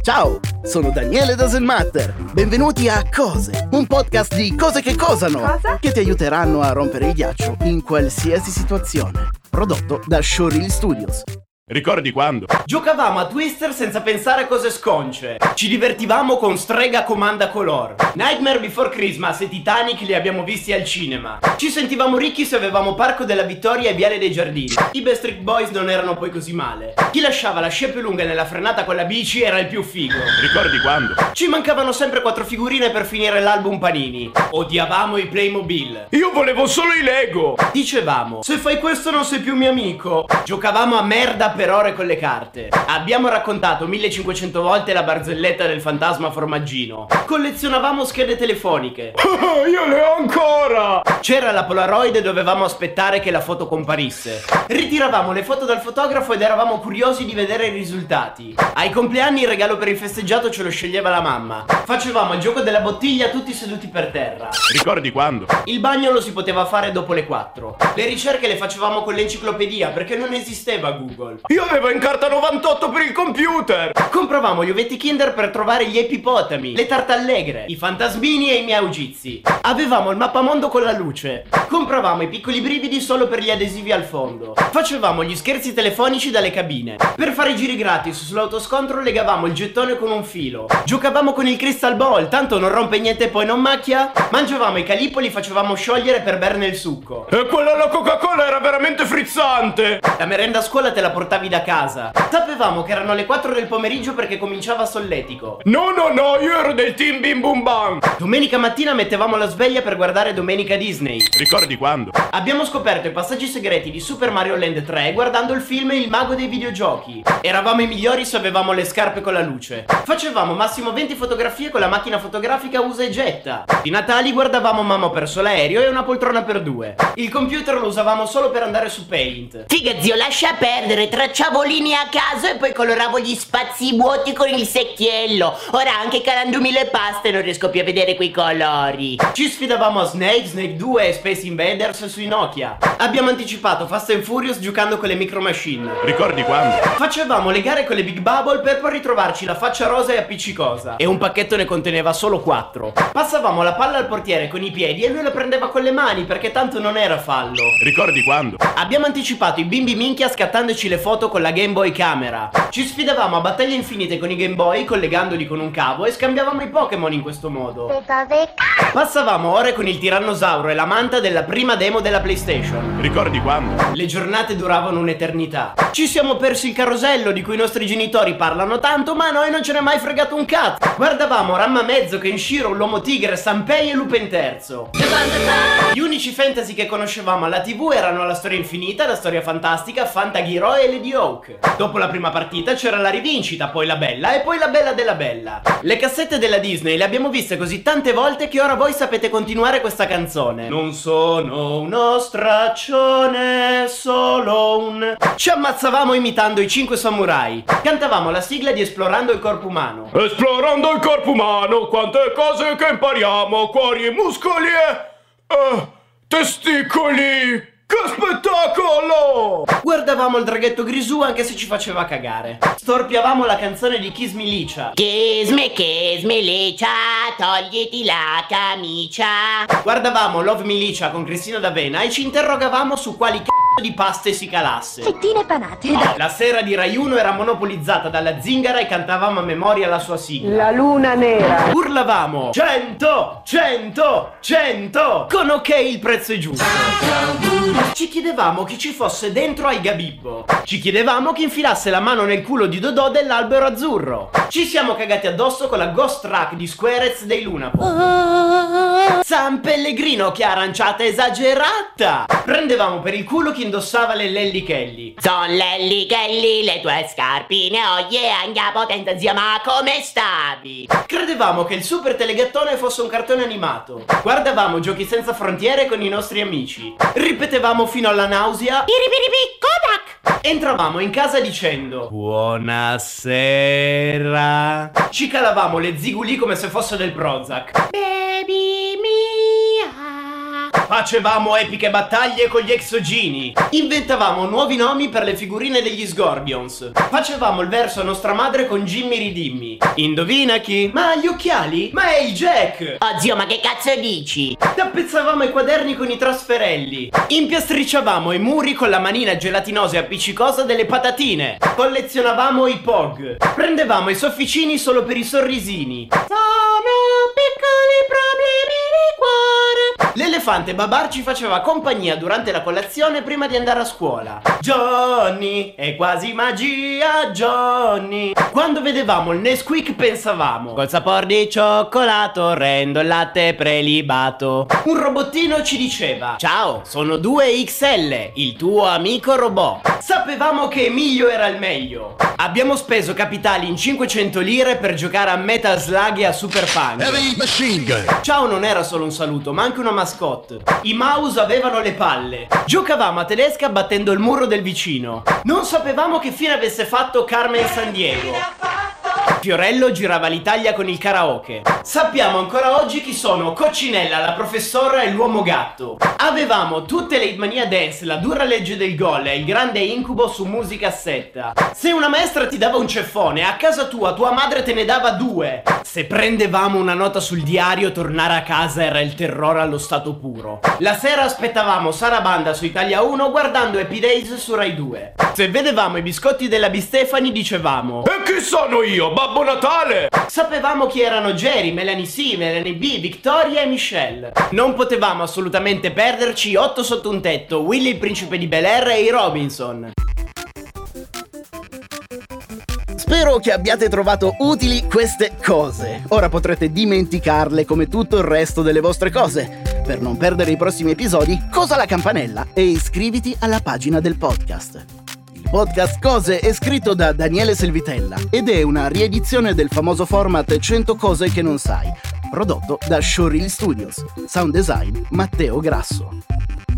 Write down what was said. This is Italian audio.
Ciao, sono Daniele Doesn't Matter. Benvenuti a Cose, un podcast di cose che cosano. Cosa? Che ti aiuteranno a rompere il ghiaccio in qualsiasi situazione. Prodotto da Showreel Studios. Ricordi quando? Giocavamo a Twister senza pensare a cose sconce. Ci divertivamo con Strega Comanda Color. Nightmare Before Christmas e Titanic li abbiamo visti al cinema. Ci sentivamo ricchi se avevamo Parco della Vittoria e Viale dei Giardini. I Backstreet Boys non erano poi così male. Chi lasciava la scia più lunga nella frenata con la bici era il più figo. Ricordi quando? Ci mancavano sempre 4 figurine per finire l'album Panini. Odiavamo i Playmobil. Io volevo solo i Lego! Dicevamo, se fai questo non sei più mio amico. Giocavamo a merda per ore con le carte. Abbiamo raccontato 1500 volte la barzelletta del fantasma formaggino. Collezionavamo schede telefoniche. Io le ho ancora! C'era la Polaroid e dovevamo aspettare che la foto comparisse. Ritiravamo le foto dal fotografo ed eravamo curiosi di vedere i risultati. Ai compleanni il regalo per il festeggiato ce lo sceglieva la mamma. Facevamo il gioco della bottiglia tutti seduti per terra. Ricordi quando? Il bagno lo si poteva fare dopo le 4. Le ricerche le facevamo con l'enciclopedia perché non esisteva Google. Io avevo in carta 98 per il computer! Compravamo gli ovetti Kinder per trovare gli epipotami, le tartallegre, i fantasmini e i miaugizi. Avevamo il mappamondo con la luce. Compravamo i piccoli brividi solo per gli adesivi al fondo. Facevamo gli scherzi telefonici dalle cabine. Per fare i giri gratis sull'autoscontro legavamo il gettone con un filo. Giocavamo con il Crystal Ball, tanto non rompe niente e poi non macchia. Mangiavamo i calipoli, facevamo sciogliere per berne il succo. E quella alla Coca-Cola era veramente frizzante! La merenda a scuola te la portavi da casa. Sapevamo che erano le 4 del pomeriggio perché cominciava Solletico. No, io ero del team Bim Bum Bam! Domenica mattina mettevamo la sveglia per guardare Domenica Disney. Ricordi quando? Abbiamo scoperto i passaggi segreti di Super Mario Land 3 guardando il film Il mago dei videogiochi. Eravamo i migliori se avevamo le scarpe con la luce. Facevamo massimo 20 fotografie con la macchina fotografica usa e getta. Di Natali guardavamo Mamma ho perso l'aereo e una poltrona per 2. Il computer lo usavamo solo per andare su Paint. Figa zio, lascia perdere, tracciavo linee a caso e poi coloravo gli spazi vuoti con il secchiello. Ora anche calandomi le paste non riesco più a vedere quei colori. Ci sfidavamo a Snake, Snake 2 e Space Invaders sui Nokia. Abbiamo anticipato Fast and Furious giocando con le Micro Machine. Ricordi quando? Facevamo le gare con le Big Bubble per poi ritrovarci la faccia rosa e appiccicosa. E un pacchetto ne conteneva solo 4. Passavamo la palla al portiere con i piedi e lui la prendeva con le mani perché tanto non era fallo. Ricordi quando? Abbiamo anticipato i bimbi minchia scattandoci le foto con la Game Boy Camera. Ci sfidavamo a battaglie infinite con i Game Boy collegandoli con un cavo e scambiavamo i Pokémon in questo modo. Passavamo ore con il tirannosauro e la manta della prima demo della PlayStation. Ricordi quando? Le giornate duravano un'eternità. Ci siamo persi il carosello di cui i nostri genitori parlano tanto, ma a noi non ce n'è mai fregato un cazzo. Guardavamo Ramma Mezzo, Kenshiro, l'Uomo Tigre, Sanpei e Lupin III. Gli unici fantasy che conoscevamo alla TV erano La Storia Infinita, La Storia Fantastica, Fantagiro e Lady Hawk. Dopo la prima partita c'era la rivincita, poi la bella e poi la bella della bella. Le cassette della Disney le abbiamo viste così tante volte che ora voi sapete continuare questa canzone. Non sono uno straccione, solo un... Ci ammazzavamo imitando i 5 samurai. Cantavamo la sigla di Esplorando il corpo umano. Esplorando il corpo umano, quante cose che impariamo, cuori e muscoli e... testicoli! Che spettacolo! Guardavamo il draghetto Grisù anche se ci faceva cagare. Storpiavamo la canzone di Kiss Me Licia. Kiss me Licia, togliti la camicia. Guardavamo Love Me Licia con Cristina D'Avena e ci interrogavamo su quali c***o di paste si calasse. Fettine panate, dai. La sera di Rai 1 era monopolizzata dalla zingara e cantavamo a memoria la sua sigla. La luna nera. Urlavamo 100, 100, 100 con ok il prezzo è giusto. Ci chiedevamo chi ci fosse dentro ai Gabibbo. Ci chiedevamo chi infilasse la mano nel culo di Dodò dell'albero azzurro. Ci siamo cagati addosso con la ghost track di Squarez dei Lunapo. San Pellegrino, che aranciata esagerata. Prendevamo per il culo chi indossava le Lelli Kelly. Son Lelli Kelly, le tue scarpine, oh yeah, andia potenza zia, ma come stavi? Credevamo che il Super Telegattone fosse un cartone animato. Guardavamo Giochi senza frontiere con i nostri amici. Ripetevamo fino alla nausea Piripiripi, Kodak! Entravamo in casa dicendo buonasera. Ci calavamo le ziguli come se fosse del Prozac. Baby mia. Facevamo epiche battaglie con gli exogeni. Inventavamo nuovi nomi per le figurine degli Scorpions. Facevamo il verso a nostra madre con Jimmy Ridimmi. Indovina chi? Ma gli occhiali? Ma è il Jack! Oh zio, ma che cazzo dici? Tappezzavamo i quaderni con i trasferelli. Impiastricciavamo i muri con la manina gelatinosa e appiccicosa delle patatine. Collezionavamo i Pog. Prendevamo i sofficini solo per i sorrisini. Sono piccoli problemi di cuore. L'elefante Babar ci faceva compagnia durante la colazione prima di andare a scuola. Johnny, è quasi magia, Johnny. Quando vedevamo il Nesquik pensavamo: col sapore di cioccolato rendo il latte prelibato. Un robottino ci diceva: ciao, sono 2XL, il tuo amico robot. Sapevamo che Emilio era il meglio. Abbiamo speso capitali in 500 lire per giocare a Metal Slug e a Super Punk. Ciao non era solo un saluto, ma anche una mascotte. I mouse avevano le palle. Giocavamo a tedesca battendo il muro del vicino. Non sapevamo che fine avesse fatto Carmen Sandiego. Fiorello girava l'Italia con il karaoke. Sappiamo ancora oggi chi sono Coccinella, la professora e l'uomo gatto. Avevamo tutte le Hitmania Dance, la dura legge del gol e il grande incubo su musicassetta. Se una maestra ti dava un ceffone, a casa tua madre te ne dava 2. Se prendevamo una nota sul diario, tornare a casa era il terrore allo stato puro. La sera aspettavamo Sarabanda su Italia 1 guardando Happy Days su Rai 2. Se vedevamo i biscotti della Bistefani dicevamo: E chi sono io, Babbo Natale? Sapevamo chi erano Jerry, Melanie C, Melanie B, Victoria e Michelle. Non potevamo assolutamente perderci 8 sotto un tetto, Willy il principe di Bel-Air e i Robinson. Spero che abbiate trovato utili queste cose. Ora potrete dimenticarle come tutto il resto delle vostre cose. Per non perdere i prossimi episodi, cosa la campanella e iscriviti alla pagina del podcast. Il podcast Cose è scritto da Daniele Selvitella ed è una riedizione del famoso format 100 cose che non sai, prodotto da Showreel Studios. Sound design Matteo Grasso.